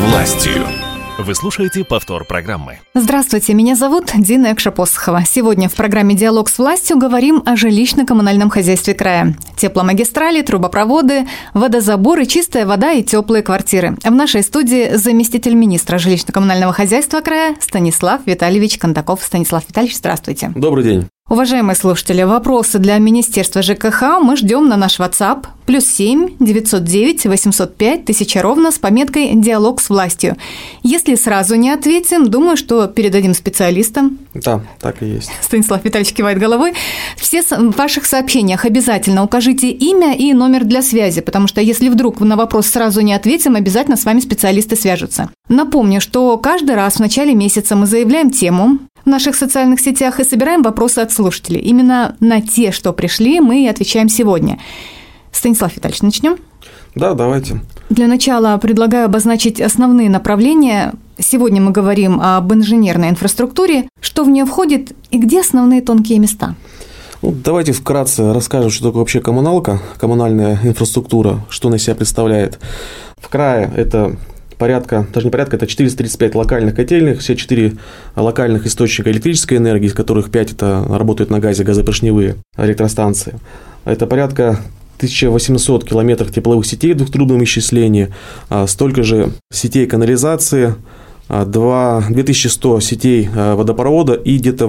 властью. Вы слушаете повтор программы. Здравствуйте, меня зовут Дина Экша-Посохова. Сегодня в программе «Диалог с властью» говорим о жилищно-коммунальном хозяйстве края. Тепломагистрали, трубопроводы, водозаборы, чистая вода и теплые квартиры. В нашей студии заместитель министра жилищно-коммунального хозяйства края Станислав Витальевич Кондаков. Станислав Витальевич, здравствуйте. Добрый день. Уважаемые слушатели, вопросы для Министерства ЖКХ мы ждем на наш WhatsApp +7 909 805 1000 ровно с пометкой «Диалог с властью». Если сразу не ответим, думаю, что передадим специалистам. Да, так и есть. Станислав Витальевич кивает головой. Все в ваших сообщениях обязательно укажите имя и номер для связи, потому что если вдруг на вопрос сразу не ответим, обязательно с вами специалисты свяжутся. Напомню, что каждый раз в начале месяца мы заявляем тему в наших социальных сетях и собираем вопросы от слушателей. Именно на те, что пришли, мы и отвечаем сегодня. Станислав Витальевич, начнем? Да, давайте. Для начала предлагаю обозначить основные направления. Сегодня мы говорим об инженерной инфраструктуре. Что в нее входит и где основные тонкие места? Давайте вкратце расскажем, что такое вообще коммуналка, коммунальная инфраструктура, что она из себя представляет. В крае это это 435 локальных котельных, все 4 локальных источника электрической энергии, из которых 5 это работают на газе, газопоршневые электростанции. Это порядка 1800 километров тепловых сетей в двухтрубном исчислении, столько же сетей канализации, 2100 сетей водопровода и где-то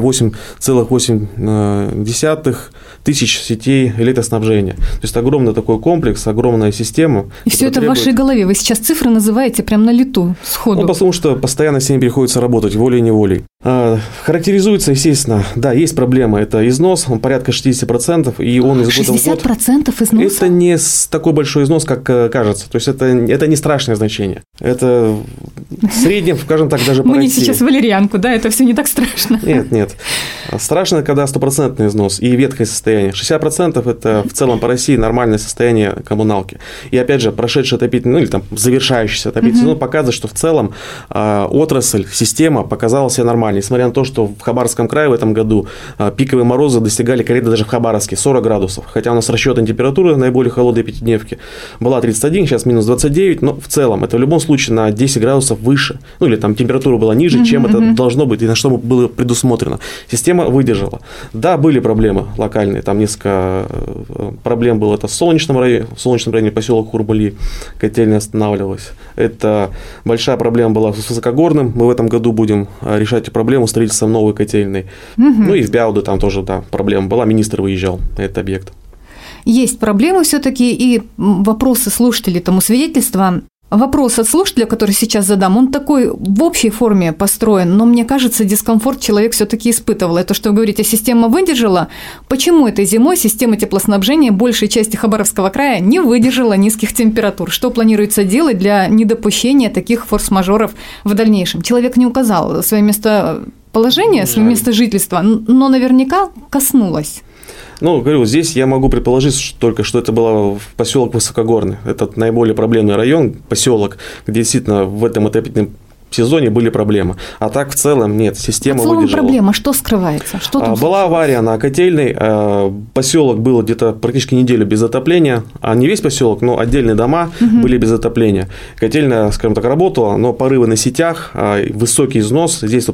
8,8 тысяч сетей электроснабжения. То есть огромный такой комплекс, огромная система. И все это в вашей голове. Вы сейчас цифры называете прямо на лету, сходу. Потому что постоянно с ними приходится работать, волей-неволей. Характеризуется, естественно, да, есть проблема, это износ, он порядка 60%, и он из года в год... 60% износа? Это не такой большой износ, как кажется, то есть это не страшное значение, это в среднем, скажем так, даже по Мы не России. сейчас валерьянку, да, это все не так страшно. Нет, страшно, когда 100% износ и ветхое состояние, 60% это в целом по России нормальное состояние коммуналки, и опять же, прошедший отопительный, или там завершающийся отопительный сезон показывает, что в целом отрасль, система показала себя нормально. Несмотря на то, что в Хабаровском крае в этом году пиковые морозы достигали корректно даже в Хабаровске 40 градусов. Хотя у нас расчетная температура наиболее холодной пятидневки была 31, сейчас минус 29, но в целом это в любом случае на 10 градусов выше. Ну или там температура была ниже, чем это должно быть и на что было предусмотрено. Система выдержала. Да, были проблемы локальные, там несколько проблем было. Это в Солнечном районе поселок Хурбали, котельная останавливалась. Это большая проблема была с Высокогорным. Мы в этом году будем решать проблему строительства новой котельной. Ну и в Бяуде там тоже, да, проблема была. Министр выезжал на этот объект. Есть проблемы все-таки, и вопросы слушателей тому свидетельства. Вопрос от слушателя, который сейчас задам, он такой в общей форме построен, но мне кажется, дискомфорт человек все-таки испытывал. Это что вы говорите, система выдержала? Почему этой зимой система теплоснабжения большей части Хабаровского края не выдержала низких температур? Что планируется делать для недопущения таких форс-мажоров в дальнейшем? Человек не указал свое местоположение, свое место жительства, но наверняка коснулось. Говорю, здесь я могу предположить только, что это было в поселок Высокогорный. Это наиболее проблемный район, поселок, где действительно в этом отопительном сезоне были проблемы. А так в целом нет, система выдержала. Проблема, что скрывается? Что там была авария на котельной, поселок был где-то практически неделю без отопления, а не весь поселок, но отдельные дома были без отопления. Котельная, скажем так, работала, но порывы на сетях, высокий износ, здесь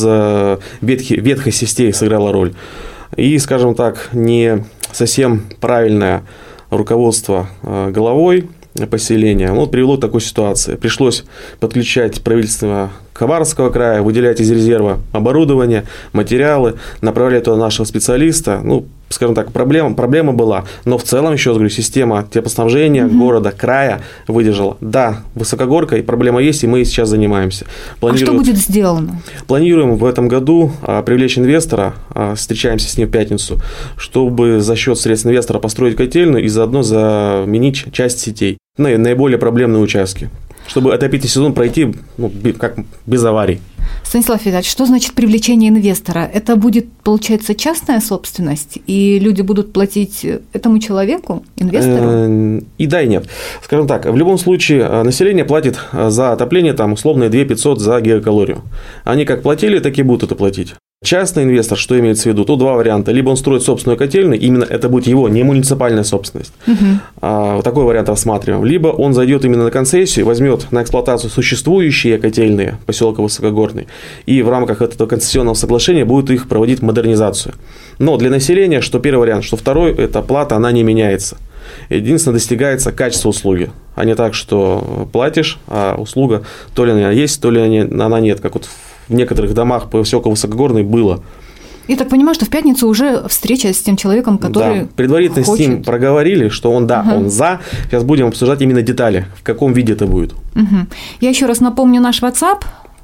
ветхость сетей сыграла роль. И, скажем так, не совсем правильное руководство головой поселения привело к такой ситуации. Пришлось подключать правительство Хабаровского края, выделять из резерва оборудование, материалы, направлять туда нашего специалиста. Скажем так, проблема была. Но в целом, еще раз говорю, система теплоснабжения города, края выдержала. Да, высокогорка, и проблема есть, и мы сейчас занимаемся. А что будет сделано? Планируем в этом году привлечь инвестора, встречаемся с ним в пятницу, чтобы за счет средств инвестора построить котельную и заодно заменить часть сетей на наиболее проблемные участки, чтобы отопительный сезон пройти как без аварий. Станислав Витальевич, что значит привлечение инвестора? Это будет, получается, частная собственность, и люди будут платить этому человеку, инвестору? И да, и нет. Скажем так, в любом случае население платит за отопление условно 2 500 за гигакалорию. Они как платили, так и будут это платить. Частный инвестор, что имеется в виду? Тут два варианта. Либо он строит собственную котельную, именно это будет его, не муниципальная собственность. Такой вариант рассматриваем. Либо он зайдет именно на концессию, возьмет на эксплуатацию существующие котельные поселка Высокогорный, и в рамках этого концессионного соглашения будет их проводить модернизацию. Но для населения, что первый вариант, что второй, эта плата, она не меняется. Единственное, достигается качество услуги, а не так, что платишь, а услуга то ли она есть, то ли она нет, как вот в некоторых домах по поселку Высокогорный было. Я так понимаю, что в пятницу уже встреча с тем человеком, который Да, предварительно хочет. с ним проговорили, что он он за. Сейчас будем обсуждать именно детали, в каком виде это будет. Я еще раз напомню наш WhatsApp.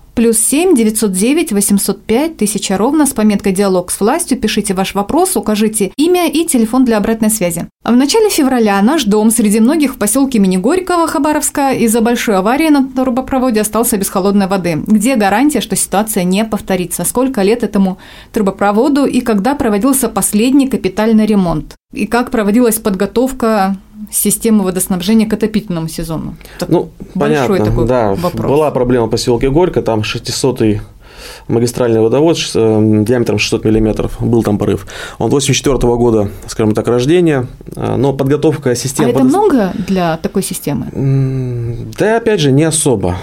+7 909 805 1000 ровно с пометкой «Диалог с властью». Пишите ваш вопрос, укажите имя и телефон для обратной связи. В начале февраля наш дом среди многих в поселке имени Горького, Хабаровска, из-за большой аварии на трубопроводе остался без холодной воды. Где гарантия, что ситуация не повторится? Сколько лет этому трубопроводу и когда проводился последний капитальный ремонт? И как проводилась подготовка системы водоснабжения к отопительному сезону? Большой понятно, такой вопрос. Была проблема в поселке Горько, там 600-й магистральный водовод диаметром 600 мм, был там порыв. Он 1984 года, скажем так, рождения, но подготовка системы... А это много для такой системы? Да, опять же, не особо.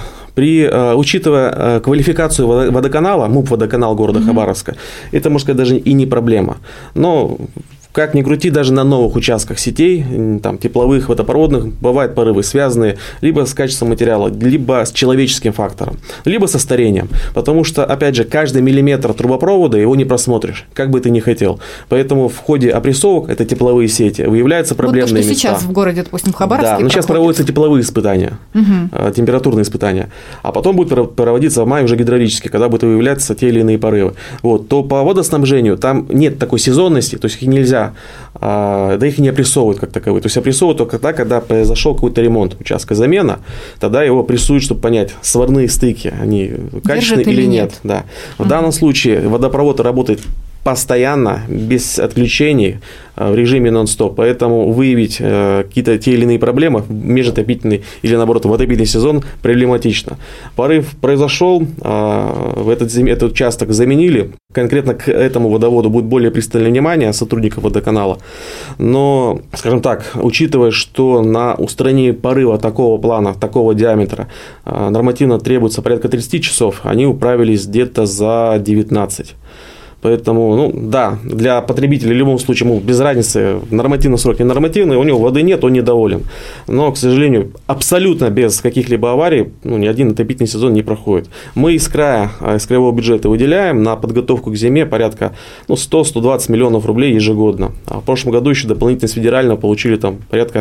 Учитывая квалификацию водоканала, МУП водоканал города Хабаровска, это, можно сказать, даже и не проблема. Но как ни крути, даже на новых участках сетей, там, тепловых, водопроводных, бывают порывы, связанные либо с качеством материала, либо с человеческим фактором, либо со старением. Потому что, опять же, каждый миллиметр трубопровода его не просмотришь, как бы ты ни хотел. Поэтому в ходе опрессовок, это тепловые сети, выявляются проблемные места. Вот то, что сейчас в городе, допустим, в Хабаровске. Да, но сейчас проводятся тепловые испытания, температурные испытания. А потом будет проводиться в мае уже гидравлические, когда будут выявляться те или иные порывы. То по водоснабжению там нет такой сезонности, то есть их нельзя, да их не опрессовывают как таковые. То есть опрессовывают только тогда, когда произошел какой-то ремонт участка, замена, тогда его опрессуют, чтобы понять, сварные стыки, они качественные или нет. Да. В данном случае водопровод работает постоянно, без отключений, в режиме нон-стоп. Поэтому выявить какие-то те или иные проблемы в межотопительный или, наоборот, в отопительный сезон проблематично. Порыв произошел, этот участок заменили. Конкретно к этому водоводу будет более пристальное внимание сотрудников водоканала. Но, скажем так, учитывая, что на устранение порыва такого плана, такого диаметра нормативно требуется порядка 30 часов, они управились где-то за 19. Поэтому, для потребителя в любом случае ему без разницы, нормативный срок, не нормативный, у него воды нет, он недоволен. Но, к сожалению, абсолютно без каких-либо аварий ни один отопительный сезон не проходит. Мы из краевого бюджета выделяем на подготовку к зиме порядка 100-120 миллионов рублей ежегодно. А в прошлом году еще дополнительно с федерального получили там порядка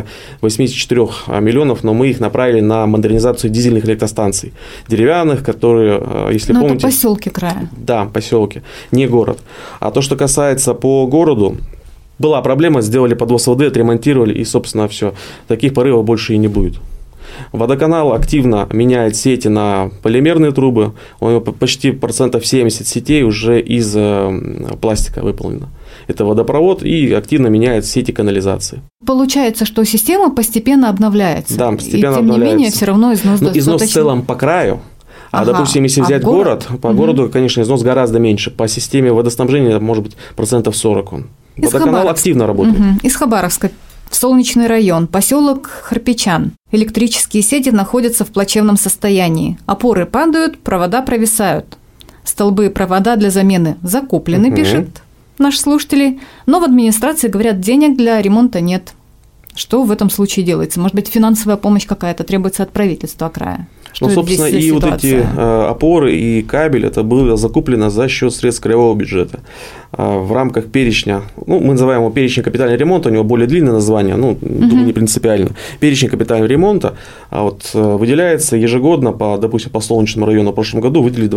84 миллионов, но мы их направили на модернизацию дизельных электростанций, деревянных, которые, если помните... это поселки края. Да, поселки, не город. А то, что касается по городу, была проблема, сделали подвоз воды, отремонтировали, и, собственно, все. Таких порывов больше и не будет. Водоканал активно меняет сети на полимерные трубы. У него почти 70% сетей уже из пластика выполнено. Это водопровод, и активно меняет сети канализации. Получается, что система постепенно обновляется. Да, постепенно обновляется. И, тем не менее, все равно износ достаточно... Износ в целом по краю. Допустим, если взять город, по городу, конечно, износ гораздо меньше. По системе водоснабжения, может быть, 40% он. Водоканал активно работает. Из Хабаровска в Солнечный район, поселок Харпичан. Электрические сети находятся в плачевном состоянии. Опоры падают, провода провисают. Столбы и провода для замены закуплены, пишет наш слушатель. Но в администрации говорят, денег для ремонта нет. Что в этом случае делается? Может быть, финансовая помощь какая-то требуется от правительства края? Собственно, и вот эти опоры и кабель, это было закуплено за счет средств краевого бюджета. В рамках перечня, мы называем его перечень капитального ремонта, у него более длинное название, думаю, не принципиально. Перечень капитального ремонта выделяется ежегодно, допустим, по Солнечному району в прошлом году выделили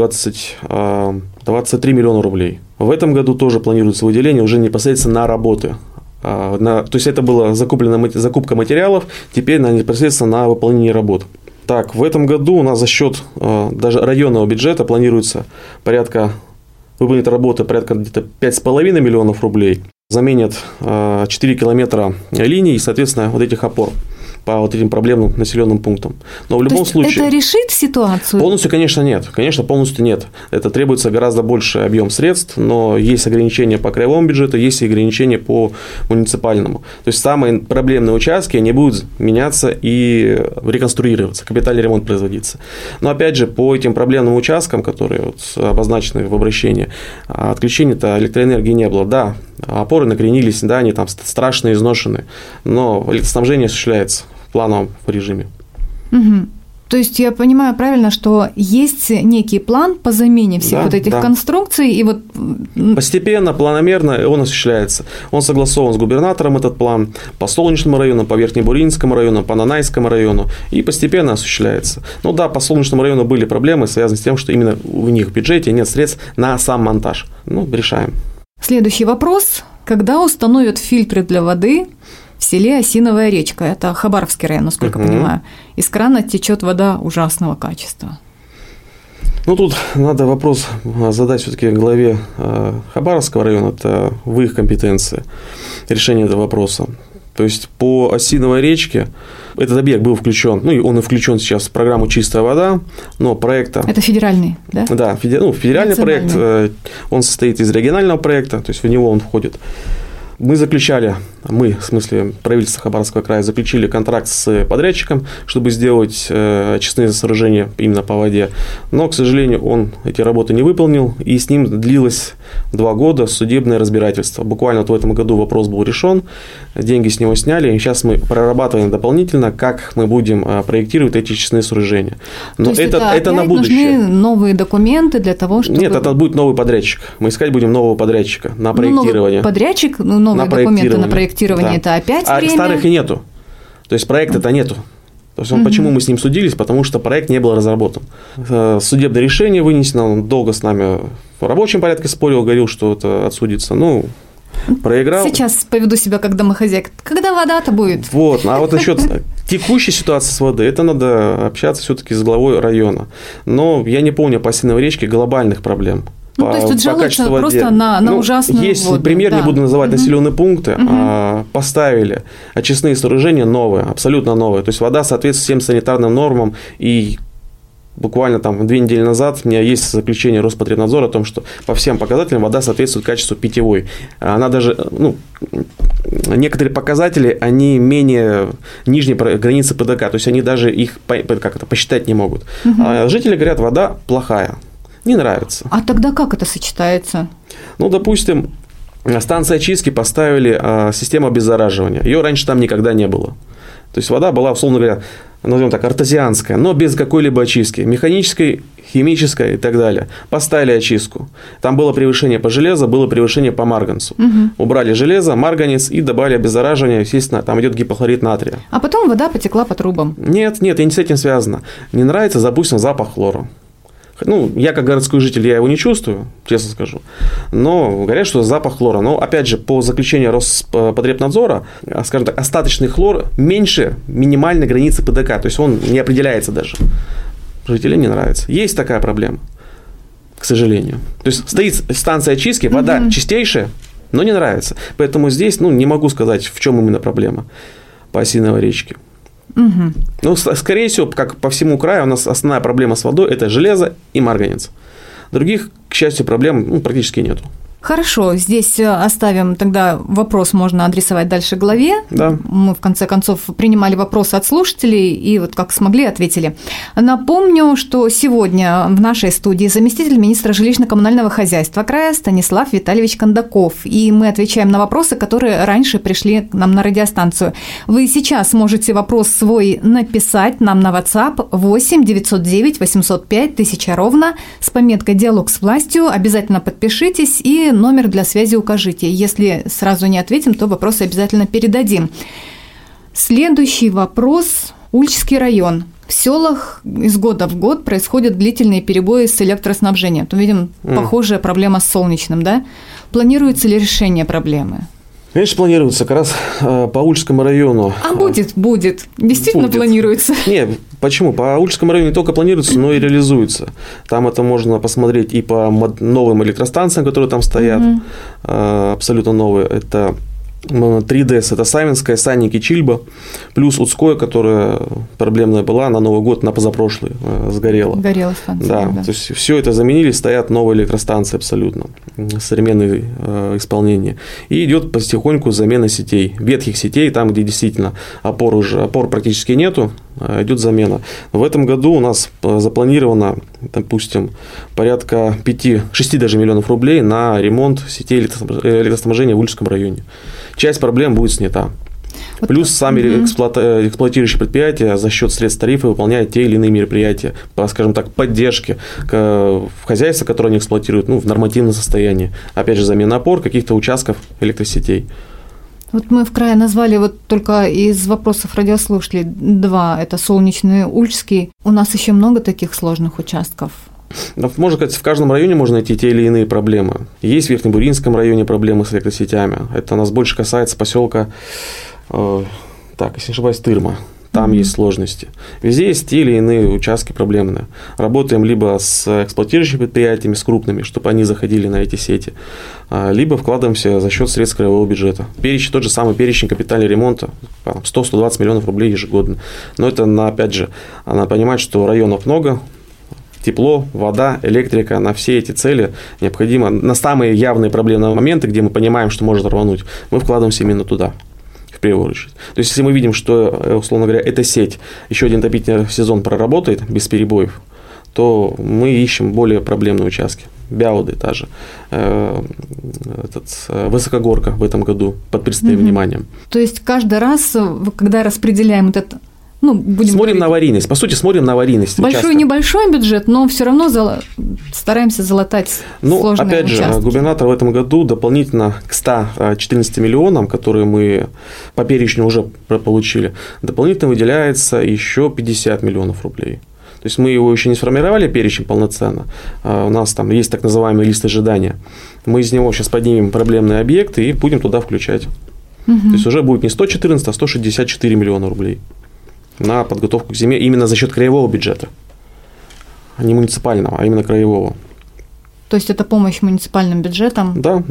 23 миллиона рублей. В этом году тоже планируется выделение уже непосредственно на работы. То есть это была закупка материалов, теперь непосредственно на выполнение работ. Так, в этом году у нас за счет даже районного бюджета планируется выполнить работы порядка где-то 5,5 миллионов рублей, заменят 4 километра линий и, соответственно, вот этих опор. по вот этим проблемным населенным пунктам. Но в любом случае... Это решит ситуацию? Полностью, конечно, нет. Конечно, полностью нет. Это требуется гораздо больше объем средств, но есть ограничения по краевому бюджету, есть и ограничения по муниципальному. То есть самые проблемные участки, они будут меняться и реконструироваться, капитальный ремонт производиться. Но опять же, по этим проблемным участкам, которые вот обозначены в обращении, отключения-то электроэнергии не было. Да, опоры накренились, да, они там страшно изношены, но электроснабжение осуществляется в плановом режиме. Угу. То есть я понимаю правильно, что есть некий план по замене всех вот этих конструкций, и вот… Постепенно, планомерно он осуществляется. Он согласован с губернатором, этот план, по Солнечному району, по Верхнебуринскому району, по Нанайскому району, и постепенно осуществляется. Ну да, по Солнечному району были проблемы, связанные с тем, что именно у них в бюджете нет средств на сам монтаж. Ну, решаем. Следующий вопрос. Когда установят фильтры для воды в селе Осиновая речка, это Хабаровский район, насколько понимаю, из крана течет вода ужасного качества? Ну, тут надо вопрос задать все-таки главе Хабаровского района, это в их компетенции решение этого вопроса. То есть по Осиновой речке этот объект был включен, ну и он и включен сейчас в программу «Чистая вода», но проекта… Это федеральный, да? Да, федеральный проект, он состоит из регионального проекта, то есть в него он входит. Мы, в смысле правительство Хабаровского края, заключили контракт с подрядчиком, чтобы сделать очистные сооружения именно по воде. Но, к сожалению, он эти работы не выполнил, и с ним длилось 2 года судебное разбирательство. Буквально вот в этом году вопрос был решен, деньги с него сняли, и сейчас мы прорабатываем дополнительно, как мы будем проектировать эти очистные сооружения. Но то есть это на будущее. Нужны новые документы для того, чтобы… Нет, это будет новый подрядчик. Мы искать будем нового подрядчика на проектирование. Новый подрядчик, новые документы на проектирование, это опять время. А старых и нету. То есть проекта-то нету. То есть почему мы с ним судились? Потому что проект не был разработан. Судебное решение вынесено, он долго с нами в рабочем порядке спорил, говорил, что это отсудится. Ну, проиграл. Сейчас поведу себя как домохозяйка. Когда вода-то будет? Вот, а вот насчет текущей ситуации с водой, это надо общаться все-таки с главой района. Но я не помню по Осиновой речке глобальных проблем. То есть тут жалуются просто на ужасную есть воду. Пример, не буду называть населенные пункты, поставили очистные сооружения новые, абсолютно новые. То есть вода соответствует всем санитарным нормам, и буквально там 2 недели назад у меня есть заключение Роспотребнадзора о том, что по всем показателям вода соответствует качеству питьевой. Она даже, некоторые показатели, они менее нижней границы ПДК, то есть они даже их посчитать не могут. А жители говорят, вода плохая. Не нравится. А тогда как это сочетается? Допустим, станция очистки поставили систему обеззараживания. Ее раньше там никогда не было. То есть вода была, условно говоря, назовем так, артезианская, но без какой-либо очистки. Механической, химической и так далее. Поставили очистку. Там было превышение по железу, было превышение по марганцу. Убрали железо, марганец и добавили обеззараживание. Естественно, там идет гипохлорид натрия. А потом вода потекла по трубам. Нет, и не с этим связано. Не нравится, допустим, запах хлора. Я как городской житель, я его не чувствую, честно скажу, но говорят, что запах хлора. Но, опять же, по заключению Роспотребнадзора, скажем так, остаточный хлор меньше минимальной границы ПДК, то есть он не определяется даже. Жителям не нравится. Есть такая проблема, к сожалению. То есть стоит станция очистки, вода чистейшая, но не нравится. Поэтому здесь, не могу сказать, в чем именно проблема по Осиновой речке. Скорее всего, как по всему краю, у нас основная проблема с водой – это железо и марганец. Других, к счастью, проблем практически нету. Хорошо, здесь оставим тогда вопрос, можно адресовать дальше главе. Да. Мы, в конце концов, принимали вопросы от слушателей и вот как смогли, ответили. Напомню, что сегодня в нашей студии заместитель министра жилищно-коммунального хозяйства края Станислав Витальевич Кондаков. И мы отвечаем на вопросы, которые раньше пришли к нам на радиостанцию. Вы сейчас можете вопрос свой написать нам на WhatsApp 8 909 805 1000 ровно с пометкой «Диалог с властью». Обязательно подпишитесь и номер для связи укажите. Если сразу не ответим, то вопросы обязательно передадим. Следующий вопрос. Ульчский район. В селах из года в год происходят длительные перебои с электроснабжением. Тут видим похожая проблема с солнечным, да? Планируется ли решение проблемы? Конечно, планируется, как раз по Ульчскому району. А будет. Действительно будет. Планируется? Нет, почему? По Ульчскому району не только планируется, но и реализуется. Там это можно посмотреть и по новым электростанциям, которые там стоят, абсолютно новые. Это 3ДЭС – это Савинская, Санники, Чильба, плюс Удское, которая проблемная была, на Новый год, на позапрошлый сгорела. Горела станция. Да, то есть все это заменили, стоят новые электростанции абсолютно, современные исполнения. И идет потихоньку замена сетей, ветхих сетей, там, где действительно опор практически нету, идет замена. В этом году у нас запланировано, допустим, порядка 5-6 даже миллионов рублей на ремонт сетей электроснабжения в Ульском районе. Часть проблем будет снята. Плюс сами эксплуатирующие предприятия за счет средств тарифа выполняют те или иные мероприятия по, скажем так, поддержке в хозяйстве, которое они эксплуатируют, в нормативном состоянии. Опять же, замена опор каких-то участков электросетей. Вот мы в крае назвали вот только из вопросов радиослушателей 2, это Солнечный, Ульский. У нас еще много таких сложных участков. Можно сказать, в каждом районе можно найти те или иные проблемы. Есть в Верхнебуринском районе проблемы с электросетями. Это у нас больше касается поселка, если не ошибаюсь, Тырма. Там есть сложности. Везде есть те или иные участки проблемные. Работаем либо с эксплуатирующими предприятиями, с крупными, чтобы они заходили на эти сети, либо вкладываемся за счет средств краевого бюджета. Тот же самый перечень капитального ремонта, 100-120 миллионов рублей ежегодно. Но это, опять же, надо понимать, что районов много, тепло, вода, электрика, на все эти цели необходимо, на самые явные проблемные моменты, где мы понимаем, что может рвануть, мы вкладываемся именно туда, в первую очередь. То есть, если мы видим, что, условно говоря, эта сеть еще один отопительный сезон проработает без перебоев, то мы ищем более проблемные участки. Бяуды та же, Высокогорка в этом году под пристальным вниманием. То есть, каждый раз, когда распределяем этот... Смотрим на аварийность. По сути, смотрим на аварийность. Большой небольшой бюджет, но все равно стараемся залатать сложные опять участки. же, губернатор в этом году дополнительно к 114 миллионам, которые мы по перечню уже получили, дополнительно выделяется еще 50 миллионов рублей. То есть, мы его еще не сформировали, перечень полноценно. У нас там есть так называемый лист ожидания. Мы из него сейчас поднимем проблемные объекты и будем туда включать. То есть, уже будет не 114, а 164 миллиона рублей на подготовку к зиме именно за счет краевого бюджета, а не муниципального, а именно краевого. То есть, это помощь муниципальным бюджетам? Да.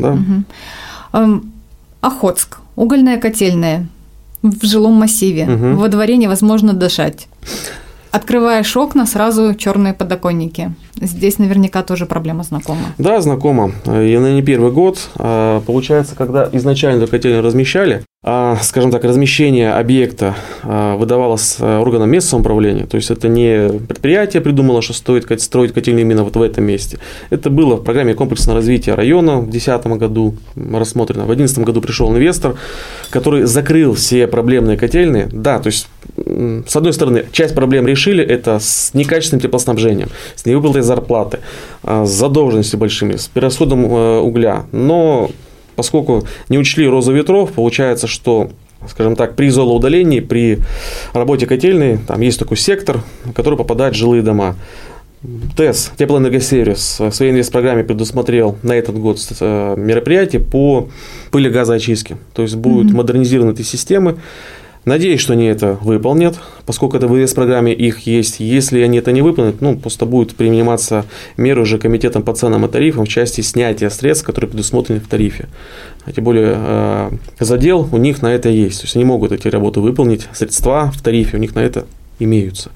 Охотск. Угольная котельная в жилом массиве. Во дворе невозможно дышать. Открываешь окна, сразу черные подоконники. Здесь наверняка тоже проблема знакома. Да, знакома. И она не первый год. Получается, когда изначально эту котельную размещали, скажем так, размещение объекта выдавалось органам местного самоуправления. То есть, это не предприятие придумало, что стоит строить котельную именно вот в этом месте. Это было в программе комплексного развития района в 2010 году рассмотрено. В 2011 году пришел инвестор, который закрыл все проблемные котельные. Да, то есть, с одной стороны, часть проблем решили, это с некачественным теплоснабжением, с невыплатой зарплаты, с задолженностью большими, с перерасходом угля. Но поскольку не учли розу ветров, получается, что, скажем так, при золоудалении, при работе котельной, там есть такой сектор, в который попадают жилые дома. ТЭС, Теплоэнергосервис, в своей инвестпрограмме предусмотрел на этот год мероприятие по пылегазоочистке. То есть, будут модернизированы эти системы. Надеюсь, что они это выполнят, поскольку это в инвестпрограмме их есть. Если они это не выполнят, просто будут приниматься меры уже комитетом по ценам и тарифам в части снятия средств, которые предусмотрены в тарифе. А тем более, задел у них на это есть. То есть, они могут эти работы выполнить, средства в тарифе у них на это имеются.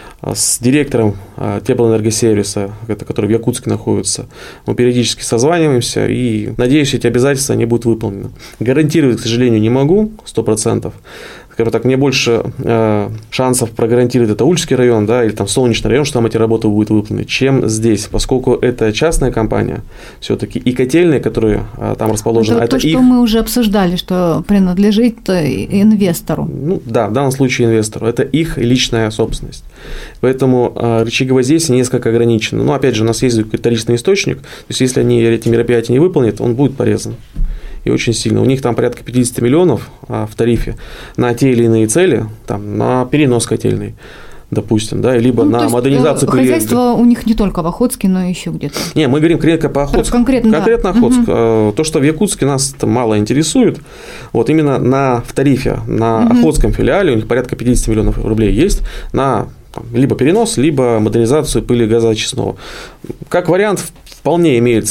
С директором Теплоэнергосервиса, который в Якутске находится, мы периодически созваниваемся, и, надеюсь, эти обязательства они будут выполнены. Гарантировать, к сожалению, не могу 100%. Скажем так, мне больше шансов прогарантировать это Ульский район, или там Солнечный район, что там эти работы будут выполнены, чем здесь, поскольку это частная компания, все-таки и котельные, которые там расположены. Это то, что мы уже обсуждали, что принадлежит инвестору. В данном случае инвестору. Это их личная собственность. Поэтому рычаги воздействия несколько ограничены. Но опять же, у нас есть вторичный источник, то есть, если они эти мероприятия не выполнят, он будет порезан. И очень сильно. У них там порядка 50 миллионов в тарифе на те или иные цели, на перенос котельной, допустим, либо на модернизацию. Хозяйство у них не только в Охотске, но и еще где-то. Не, мы говорим конкретно по Охотску. Конкретно Охотск. То, что в Якутске нас мало интересует, именно в тарифе, на Охотском филиале у них порядка 50 миллионов рублей есть на либо перенос, либо модернизацию пылегазоочистного. Как вариант, вполне имеет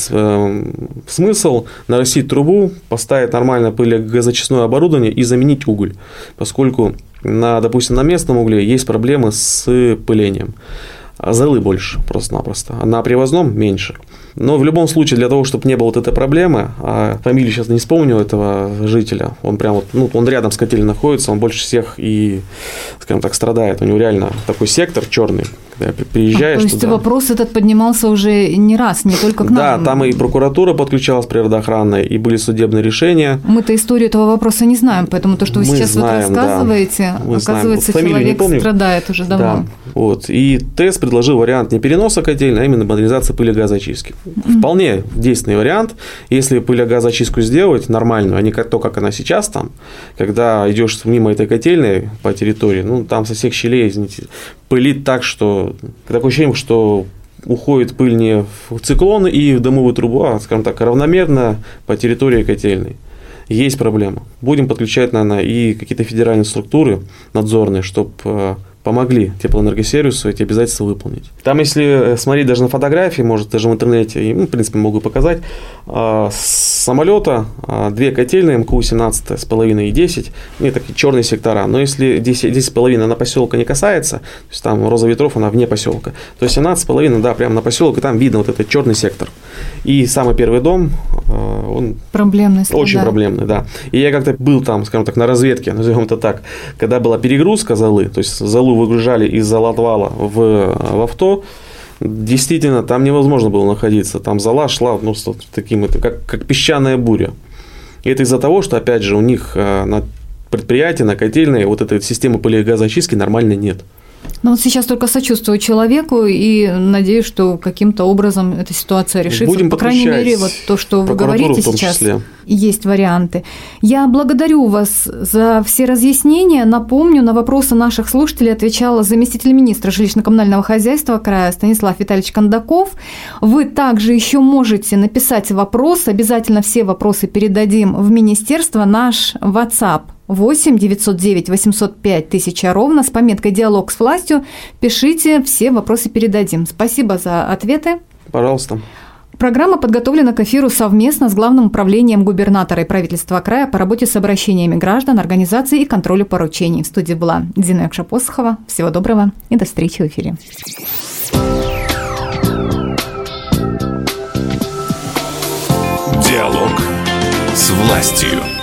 смысл нарастить трубу, поставить нормальное пылегазочистное оборудование и заменить уголь, поскольку, допустим, на местном угле есть проблемы с пылением. Золы больше просто-напросто, а на привозном меньше. Но в любом случае, для того, чтобы не было вот этой проблемы, а фамилию сейчас не вспомню этого жителя, он прям он рядом с котельной находится, он больше всех и, скажем так, страдает. У него реально такой сектор черный, когда приезжаешь то есть туда. Вопрос этот поднимался уже не раз, не только к нам. Да, там и прокуратура подключалась природоохранная, и были судебные решения. Мы-то историю этого вопроса не знаем, поэтому то, что вы сейчас рассказываете, да, оказывается, человек страдает уже давно. Да, И ТЭС предложил вариант не переноса котельной, а именно модернизации пылегазоочистки. Вполне действенный вариант, если пылегазоочистку сделать нормальную, а не то, как она сейчас там, когда идешь мимо этой котельной по территории, там со всех щелей, извините, пылит так, что такое ощущение, что уходит пыль не в циклон и в дымовую трубу, а, скажем так, равномерно по территории котельной. Есть проблема. Будем подключать, наверное, и какие-то федеральные структуры надзорные, чтобы помогли теплоэнергосервису эти обязательства выполнить. Там, если смотреть даже на фотографии, может, даже в интернете, и, в принципе, могу показать, с самолета 2 котельные МКУ-17 с половиной и 10, такие черные сектора, но если 10,5 на поселка не касается, то есть там Роза ветров, она вне поселка, то 17,5, да, прямо на поселок, и там видно вот этот черный сектор. И самый первый дом, он проблемный, очень проблемный, да. И я как-то был там, скажем так, на разведке, назовем это так, когда была перегрузка золы, то есть золу выгружали из золотвала в авто, действительно, там невозможно было находиться. Там зола шла с таким, как песчаная буря. И это из-за того, что, опять же, у них на предприятии, на котельной вот этой системы пылегазоочистки нормально нет. Сейчас только сочувствую человеку и надеюсь, что каким-то образом эта ситуация решится. Будем по крайней мере, вот то, что вы говорите сейчас, есть варианты. Я благодарю вас за все разъяснения. Напомню, на вопросы наших слушателей отвечала заместитель министра жилищно-коммунального хозяйства края Станислав Витальевич Кондаков. Вы также еще можете написать вопрос. Обязательно все вопросы передадим в министерство. Наш WhatsApp 8 909 805 1000 ровно с пометкой «Диалог с властью». Пишите, все вопросы передадим. Спасибо за ответы. Пожалуйста. Программа подготовлена к эфиру совместно с Главным управлением губернатора и правительства края по работе с обращениями граждан, организации и контролю поручений. В студии была Дина Якшапосхова. Всего доброго и до встречи в эфире. Диалог с властью.